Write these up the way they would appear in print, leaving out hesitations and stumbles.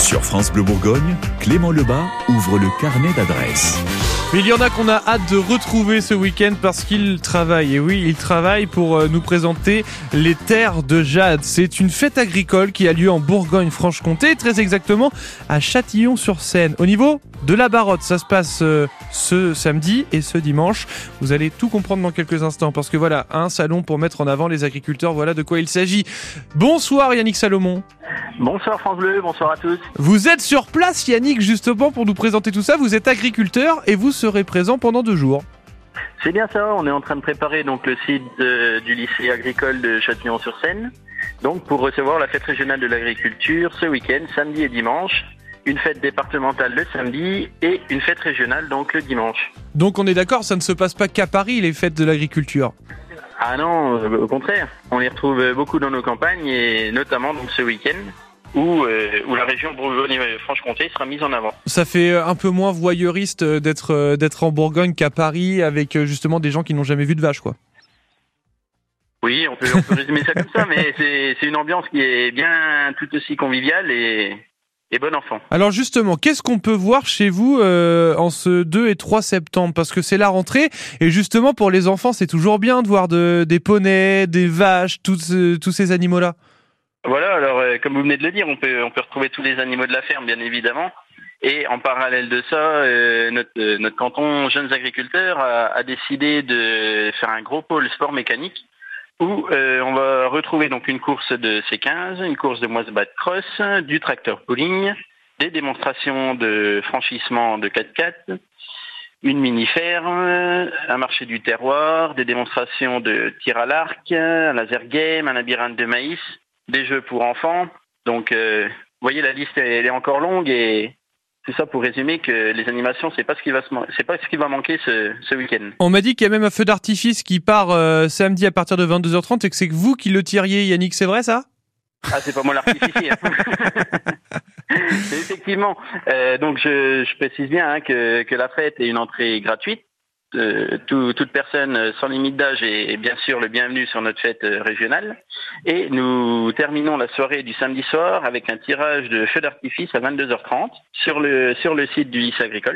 Sur France Bleu Bourgogne, Clément Lebas ouvre le carnet d'adresses. Mais il y en a qu'on a hâte de retrouver ce week-end parce qu'ils travaillent. Et oui, ils travaillent pour nous présenter les terres de Jade. C'est une fête agricole qui a lieu en Bourgogne-Franche-Comté, très exactement à Châtillon-sur-Seine. Au niveau de la Barotte, ça se passe ce samedi et ce dimanche. Vous allez tout comprendre dans quelques instants parce que voilà, un salon pour mettre en avant les agriculteurs. Voilà de quoi il s'agit. Bonsoir Yannick Salomon. Bonsoir France Bleu, bonsoir à tous. Vous êtes sur place Yannick justement pour nous présenter tout ça. Vous êtes agriculteur et vous serez présent pendant 2 jours. C'est bien ça, on est en train de préparer donc le site du lycée agricole de Châtillon-sur-Seine donc pour recevoir la fête régionale de l'agriculture ce week-end, samedi et dimanche. Une fête départementale le samedi et une fête régionale donc le dimanche. Donc on est d'accord, ça ne se passe pas qu'à Paris les fêtes de l'agriculture. Ah non, au contraire, on les retrouve beaucoup dans nos campagnes et notamment donc ce week-end où la région Bourgogne-Franche-Comté sera mise en avant. Ça fait un peu moins voyeuriste d'être en Bourgogne qu'à Paris avec justement des gens qui n'ont jamais vu de vache quoi. Oui, on peut résumer ça comme ça, mais c'est une ambiance qui est bien tout aussi conviviale et bon enfant. Alors justement, qu'est-ce qu'on peut voir chez vous en ce 2 et 3 septembre? Parce que c'est la rentrée et justement pour les enfants c'est toujours bien de voir des poneys, des vaches, tous ces animaux-là. Voilà, alors comme vous venez de le dire, on peut retrouver tous les animaux de la ferme bien évidemment. Et en parallèle de ça, notre canton Jeunes Agriculteurs a décidé de faire un gros pôle sport mécanique où on va retrouver donc une course de C15, une course de Moisbat Cross, du tracteur pulling, des démonstrations de franchissement de 4x4, une mini-ferme, un marché du terroir, des démonstrations de tir à l'arc, un laser game, un labyrinthe de maïs, des jeux pour enfants. Donc, vous voyez, la liste elle est encore longue et c'est ça pour résumer que les animations, c'est pas ce qui va manquer ce week-end. On m'a dit qu'il y a même un feu d'artifice qui part samedi à partir de 22h30 et que c'est que vous qui le tiriez, Yannick, c'est vrai ça? Ah, c'est pas moi l'artificier. Effectivement. Donc je précise bien que la fête est une entrée gratuite. Toute personne sans limite d'âge est bien sûr le bienvenu sur notre fête régionale. Et nous terminons la soirée du samedi soir avec un tirage de feux d'artifice à 22h30 sur le site du lycée agricole.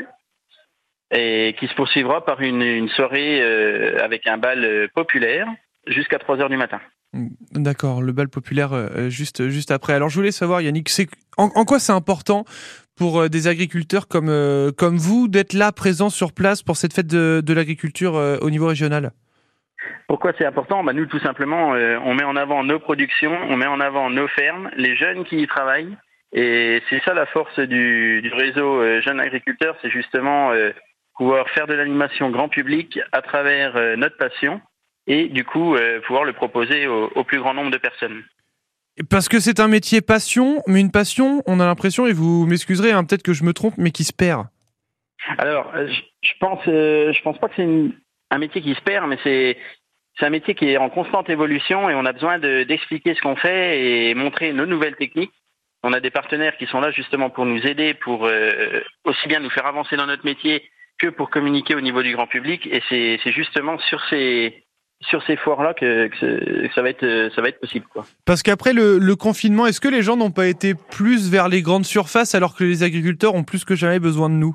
Et qui se poursuivra par une soirée avec un bal populaire jusqu'à 3h du matin. D'accord, le bal populaire juste après. Alors je voulais savoir Yannick, en quoi c'est important pour des agriculteurs comme vous d'être là, présents sur place pour cette fête de l'agriculture au niveau régional? Pourquoi c'est important? Nous tout simplement, on met en avant nos productions, on met en avant nos fermes, les jeunes qui y travaillent. Et c'est ça la force du réseau Jeunes Agriculteurs, c'est justement pouvoir faire de l'animation grand public à travers notre passion et du coup pouvoir le proposer au plus grand nombre de personnes. Parce que c'est un métier passion, mais une passion, on a l'impression, et vous m'excuserez, peut-être que je me trompe, mais qui se perd. Alors, je pense pas que c'est un métier qui se perd, mais c'est un métier qui est en constante évolution et on a besoin d'expliquer ce qu'on fait et montrer nos nouvelles techniques. On a des partenaires qui sont là justement pour nous aider, pour aussi bien nous faire avancer dans notre métier que pour communiquer au niveau du grand public. Et c'est justement sur ces foires-là que ça va être possible, quoi. Parce qu'après le confinement, est-ce que les gens n'ont pas été plus vers les grandes surfaces alors que les agriculteurs ont plus que jamais besoin de nous?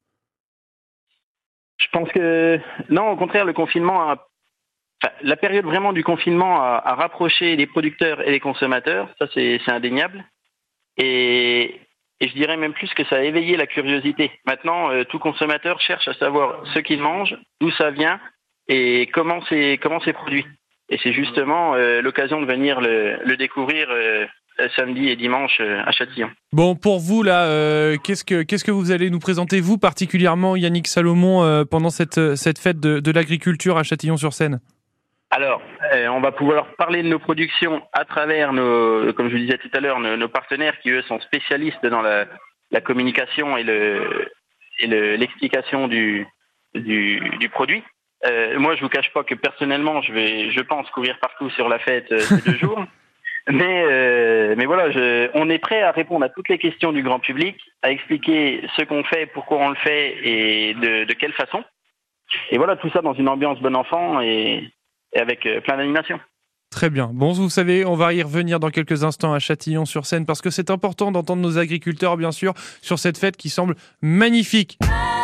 Je pense que non, au contraire, la période vraiment du confinement a rapproché les producteurs et les consommateurs, ça c'est indéniable. Et je dirais même plus que ça a éveillé la curiosité. Maintenant, tout consommateur cherche à savoir ce qu'il mange, d'où ça vient et comment c'est produit. Et c'est justement l'occasion de venir le découvrir samedi et dimanche à Châtillon. Bon, pour vous là, qu'est-ce que vous allez nous présenter, vous particulièrement, Yannick Salomon, pendant cette fête de l'agriculture à Châtillon-sur-Seine? Alors, on va pouvoir parler de nos productions à travers comme je vous disais tout à l'heure, nos partenaires qui eux sont spécialistes dans la communication et l'explication du produit. Moi, je vous cache pas que personnellement, je pense courir partout sur la fête ces 2 jours. Mais voilà, on est prêt à répondre à toutes les questions du grand public, à expliquer ce qu'on fait, pourquoi on le fait et de quelle façon. Et voilà, tout ça dans une ambiance bon enfant et avec plein d'animation. Très bien. Bon, vous savez, on va y revenir dans quelques instants à Châtillon-sur-Seine parce que c'est important d'entendre nos agriculteurs, bien sûr, sur cette fête qui semble magnifique.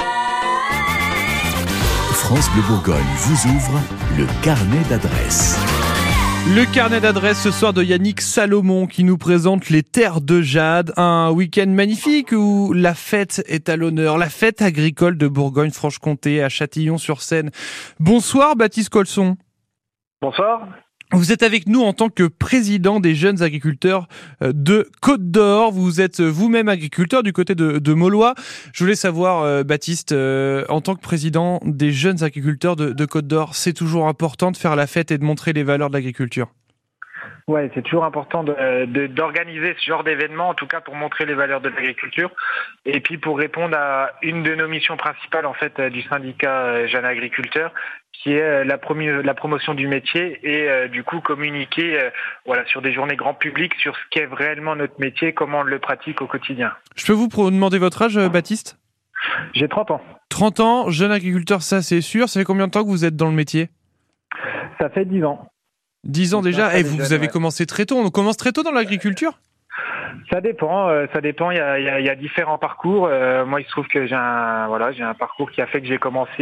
France Bleu Bourgogne vous ouvre le carnet d'adresses. Le carnet d'adresses ce soir de Yannick Salomon qui nous présente les terres de Jade, un week-end magnifique où la fête est à l'honneur, la fête agricole de Bourgogne-Franche-Comté à Châtillon-sur-Seine. Bonsoir Baptiste Colson. Bonsoir. Vous êtes avec nous en tant que président des jeunes agriculteurs de Côte-d'Or. Vous êtes vous-même agriculteur du côté de Maulois. Je voulais savoir, Baptiste, en tant que président des jeunes agriculteurs de Côte-d'Or, c'est toujours important de faire la fête et de montrer les valeurs de l'agriculture. Ouais, c'est toujours important d'organiser ce genre d'événement, en tout cas pour montrer les valeurs de l'agriculture, et puis pour répondre à une de nos missions principales en fait du syndicat Jeunes Agriculteurs, qui est la promotion du métier et du coup communiquer sur des journées grand public sur ce qu'est réellement notre métier, comment on le pratique au quotidien. Je peux vous demander votre âge, Baptiste ? J'ai 30 ans. 30 ans, jeune agriculteur, ça c'est sûr. Ça fait combien de temps que vous êtes dans le métier ? Ça fait 10 ans. 10 ans déjà, et vous avez commencé très tôt. On commence très tôt dans l'agriculture ? Ça dépend. Il y a différents parcours. Moi, il se trouve que j'ai un parcours qui a fait que j'ai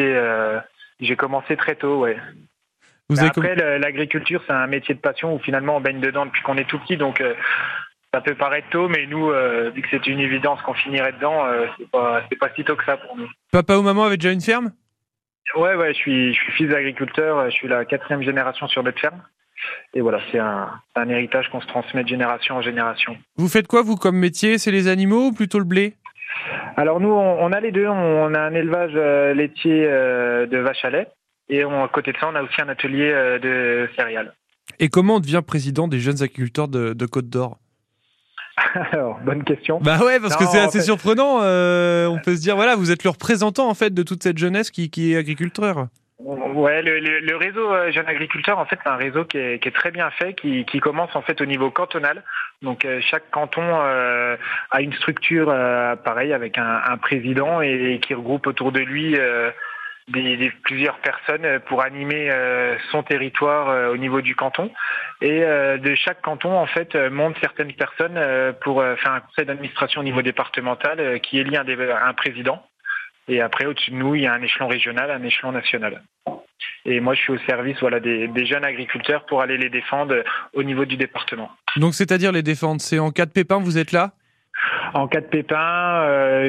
commencé très tôt. Ouais. L'agriculture, c'est un métier de passion où finalement on baigne dedans depuis qu'on est tout petit. Donc, ça peut paraître tôt, mais nous, vu que c'est une évidence qu'on finirait dedans, c'est pas si tôt que ça pour nous. Papa ou maman avaient déjà une ferme ? Ouais, je suis fils d'agriculteur. Je suis la 4e génération sur notre ferme. Et voilà, c'est un héritage qu'on se transmet de génération en génération. Vous faites quoi, vous, comme métier ? C'est les animaux ou plutôt le blé ? Alors nous, on a les deux. On a un élevage laitier de vaches à lait. Et à côté de ça, on a aussi un atelier de céréales. Et comment on devient président des jeunes agriculteurs de Côte-d'Or ? Alors, bonne question. Bah ouais, parce que c'est assez surprenant. On peut se dire, voilà, vous êtes le représentant en fait de toute cette jeunesse qui est agriculteur. Ouais, le réseau Jeunes Agriculteurs, en fait, c'est un réseau qui est très bien fait, qui commence en fait au niveau cantonal. Donc chaque canton a une structure pareille avec un président et qui regroupe autour de lui plusieurs personnes pour animer son territoire au niveau du canton. Et de chaque canton, en fait, montent certaines personnes pour faire un conseil d'administration au niveau départemental qui élit un président. Et après, au-dessus de nous, il y a un échelon régional, un échelon national. Et moi, je suis au service des jeunes agriculteurs pour aller les défendre au niveau du département. Donc, c'est-à-dire les défendre, c'est en cas de pépin, vous êtes là ? En cas de pépin,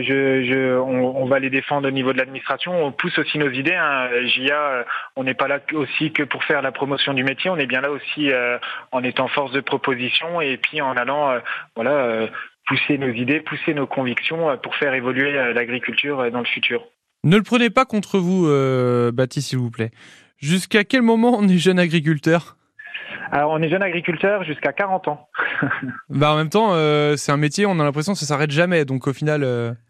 on va les défendre au niveau de l'administration. On pousse aussi nos idées. JA, on n'est pas là aussi que pour faire la promotion du métier. On est bien là aussi en étant force de proposition et puis en allant pousser nos idées, pousser nos convictions pour faire évoluer l'agriculture dans le futur. Ne le prenez pas contre vous, Baptiste, s'il vous plaît. Jusqu'à quel moment on est jeune agriculteur ? Alors, on est jeune agriculteur jusqu'à 40 ans. En même temps, c'est un métier, on a l'impression que ça s'arrête jamais. Donc, au final...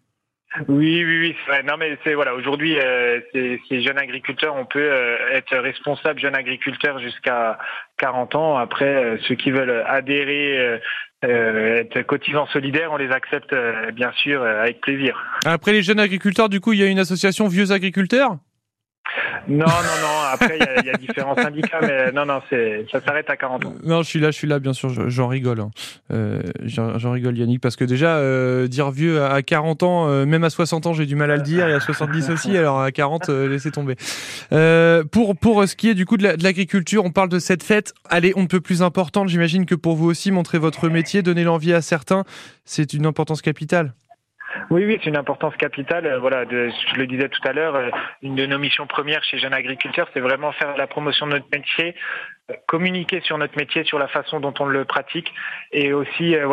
Oui, c'est vrai. Non, mais aujourd'hui, ces jeunes agriculteurs, on peut être responsable jeune agriculteur jusqu'à 40 ans. Après, ceux qui veulent adhérer, être cotisants solidaires, on les accepte bien sûr avec plaisir. Après les jeunes agriculteurs, du coup, il y a une association vieux agriculteurs ? Non. Après, il y a différents syndicats, mais non, ça s'arrête à 40 ans. Non, je suis là, bien sûr, j'en rigole. J'en rigole, Yannick, parce que déjà, dire vieux à 40 ans, même à 60 ans, j'ai du mal à le dire, et à 70 aussi, alors à 40, laissez tomber. Pour ce qui est du coup de l'agriculture, on parle de cette fête, allez, on ne peut plus importante, j'imagine que pour vous aussi, montrer votre métier, donner l'envie à certains, c'est une importance capitale. Oui, c'est une importance capitale. Je le disais tout à l'heure, une de nos missions premières chez Jeunes Agriculteurs, c'est vraiment faire la promotion de notre métier, communiquer sur notre métier, sur la façon dont on le pratique, et aussi, on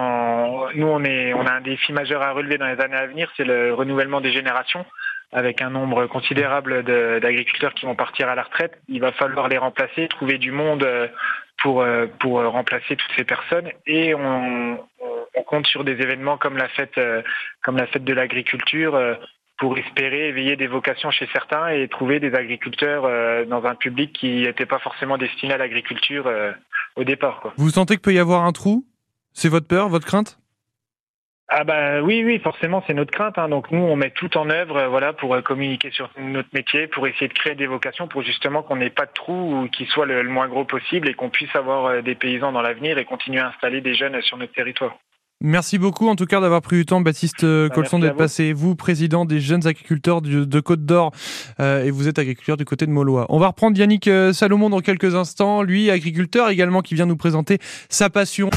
a un défi majeur à relever dans les années à venir, c'est le renouvellement des générations. Avec un nombre considérable d'agriculteurs qui vont partir à la retraite, il va falloir les remplacer, trouver du monde pour remplacer toutes ces personnes, et on compte sur des événements comme la fête de l'agriculture pour espérer éveiller des vocations chez certains et trouver des agriculteurs dans un public qui n'était pas forcément destiné à l'agriculture au départ, quoi. Vous sentez qu'il peut y avoir un trou ? C'est votre peur, votre crainte ? Ah bah oui, forcément, c'est notre crainte. Donc nous, on met tout en œuvre, pour communiquer sur notre métier, pour essayer de créer des vocations, pour justement qu'on n'ait pas de trou ou qu'il soit le moins gros possible et qu'on puisse avoir des paysans dans l'avenir et continuer à installer des jeunes sur notre territoire. Merci beaucoup en tout cas d'avoir pris du temps, Baptiste Colson, d'être passé. Vous, président des jeunes agriculteurs de Côte d'Or, et vous êtes agriculteur du côté de Maulois. On va reprendre Yannick Salomon dans quelques instants, lui agriculteur également, qui vient nous présenter sa passion.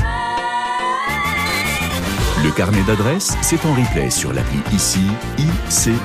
Le carnet d'adresses, c'est en replay sur l'appli ICI, ICI.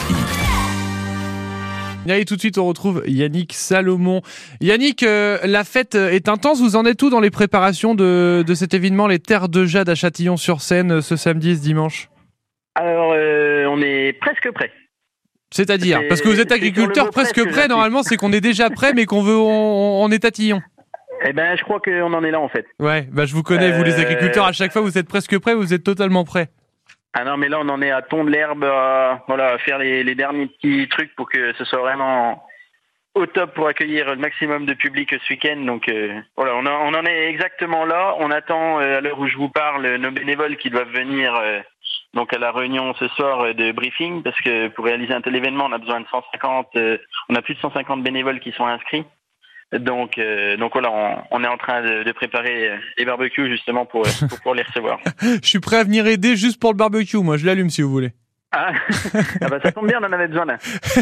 Allez, tout de suite, on retrouve Yannick Salomon. Yannick, la fête est intense. Vous en êtes où dans les préparations de cet événement, les Terres de Jade à Châtillon-sur-Seine, ce samedi et ce dimanche ? Alors, on est presque prêt. C'est-à-dire, parce que vous êtes agriculteur presque prêt, normalement, c'est qu'on est déjà prêt, mais on est tatillon. Eh ben, je crois qu'on en est là, en fait. Ouais, je vous connais, vous les agriculteurs, à chaque fois, vous êtes presque prêts, vous êtes totalement prêts. Ah non, mais là, on en est à tondre l'herbe, à faire les derniers petits trucs pour que ce soit vraiment au top pour accueillir le maximum de public ce week-end. Donc, on en est exactement là. On attend, à l'heure où je vous parle, nos bénévoles qui doivent venir donc à la réunion ce soir de briefing, parce que pour réaliser un tel événement, on a besoin de 150, on a plus de 150 bénévoles qui sont inscrits. Donc voilà, on est en train de préparer les barbecues justement pour pouvoir les recevoir. Je suis prêt à venir aider juste pour le barbecue, moi je l'allume si vous voulez. Ah bah ça tombe bien, on en avait besoin là.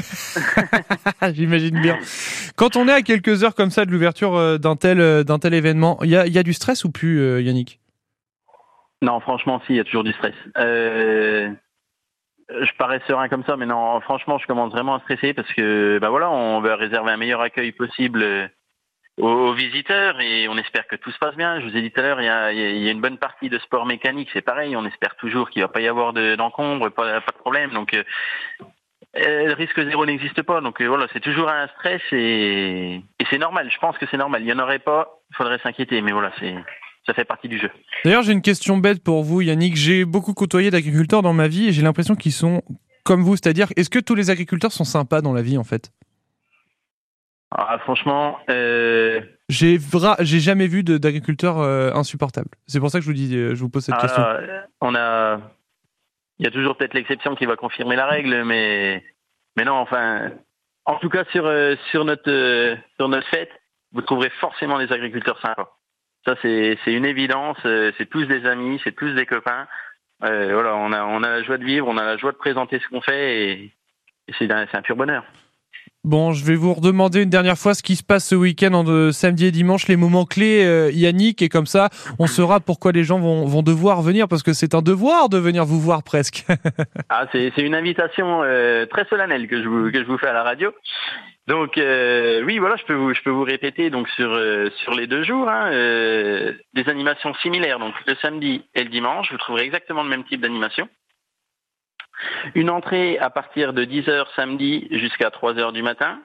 J'imagine bien. Quand on est à quelques heures comme ça de l'ouverture d'un tel événement, il y a du stress ou plus, Yannick ? Non, franchement, si, il y a toujours du stress. Je parais serein comme ça, mais non, franchement, je commence vraiment à stresser parce que, on va réserver un meilleur accueil possible aux visiteurs et on espère que tout se passe bien. Je vous ai dit tout à l'heure, il y a une bonne partie de sport mécanique, c'est pareil, on espère toujours qu'il va pas y avoir d'encombre, pas de problème. Donc, le risque zéro n'existe pas. Donc, c'est toujours un stress et c'est normal. Je pense que c'est normal. Il y en aurait pas, il faudrait s'inquiéter, mais ça fait partie du jeu. D'ailleurs, j'ai une question bête pour vous, Yannick. J'ai beaucoup côtoyé d'agriculteurs dans ma vie et j'ai l'impression qu'ils sont comme vous. C'est-à-dire, est-ce que tous les agriculteurs sont sympas dans la vie, en fait ? Ah, franchement... J'ai jamais vu d'agriculteur insupportable. C'est pour ça que je vous pose cette question. Il y a toujours peut-être l'exception qui va confirmer la règle, mais non, enfin... En tout cas, sur notre fête, vous trouverez forcément des agriculteurs sympas. Ça, c'est une évidence. C'est tous des amis, c'est tous des copains. On a la joie de vivre, on a la joie de présenter ce qu'on fait et c'est un pur bonheur. Bon, je vais vous redemander une dernière fois ce qui se passe ce week-end entre samedi et dimanche, les moments clés, Yannick, et comme ça, on saura pourquoi les gens vont devoir venir, parce que c'est un devoir de venir vous voir presque. Ah, c'est une invitation très solennelle que je vous fais à la radio. Donc je peux vous répéter donc sur les 2 jours des animations similaires. Donc le samedi et le dimanche, vous trouverez exactement le même type d'animation. Une entrée à partir de 10h samedi jusqu'à 3h du matin.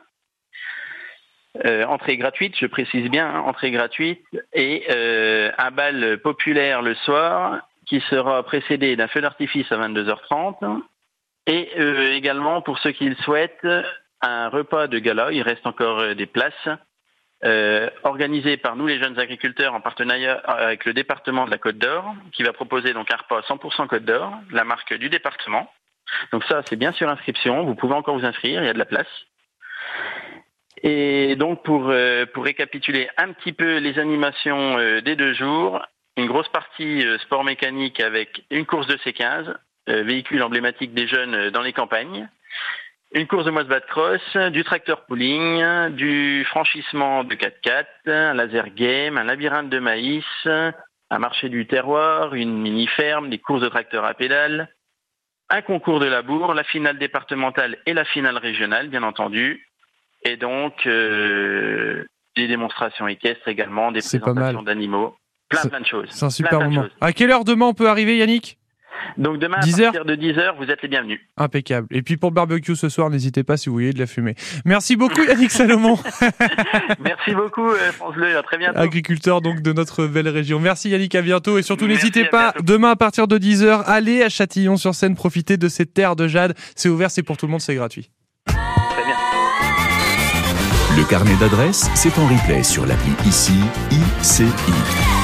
Entrée gratuite, je précise bien, entrée gratuite, et un bal populaire le soir qui sera précédé d'un feu d'artifice à 22h30 et également, pour ceux qui le souhaitent, un repas de gala. Il reste encore des places organisé par nous les jeunes agriculteurs en partenariat avec le département de la Côte d'Or, qui va proposer donc un repas 100% Côte d'Or, la marque du département. Donc ça, c'est bien sur inscription, vous pouvez encore vous inscrire, il y a de la place. Et donc pour récapituler un petit peu les animations des 2 jours, une grosse partie sport mécanique avec une course de C15, véhicule emblématique des jeunes dans les campagnes, une course de Mosbat Cross, du tracteur pooling, du franchissement de 4x4, un laser game, un labyrinthe de maïs, un marché du terroir, une mini-ferme, des courses de tracteurs à pédales, un concours de labour, la finale départementale et la finale régionale, bien entendu, et donc des démonstrations équestres également, des présentations d'animaux, plein de choses. C'est un super moment. À quelle heure demain on peut arriver, Yannick ? Donc demain, à partir de 10h, vous êtes les bienvenus. Impeccable. Et puis pour le barbecue ce soir, n'hésitez pas si vous voyez de la fumée. Merci beaucoup, Yannick Salomon. Merci beaucoup, France Bleu. À très bientôt. Agriculteur donc de notre belle région. Merci Yannick, à bientôt. Et surtout, n'hésitez pas, demain à partir de 10h, allez à Châtillon-sur-Seine, profitez de ces terres de jade. C'est ouvert, c'est pour tout le monde, c'est gratuit. Très bien. Le carnet d'adresses, c'est en replay sur l'appli ICI, ICI.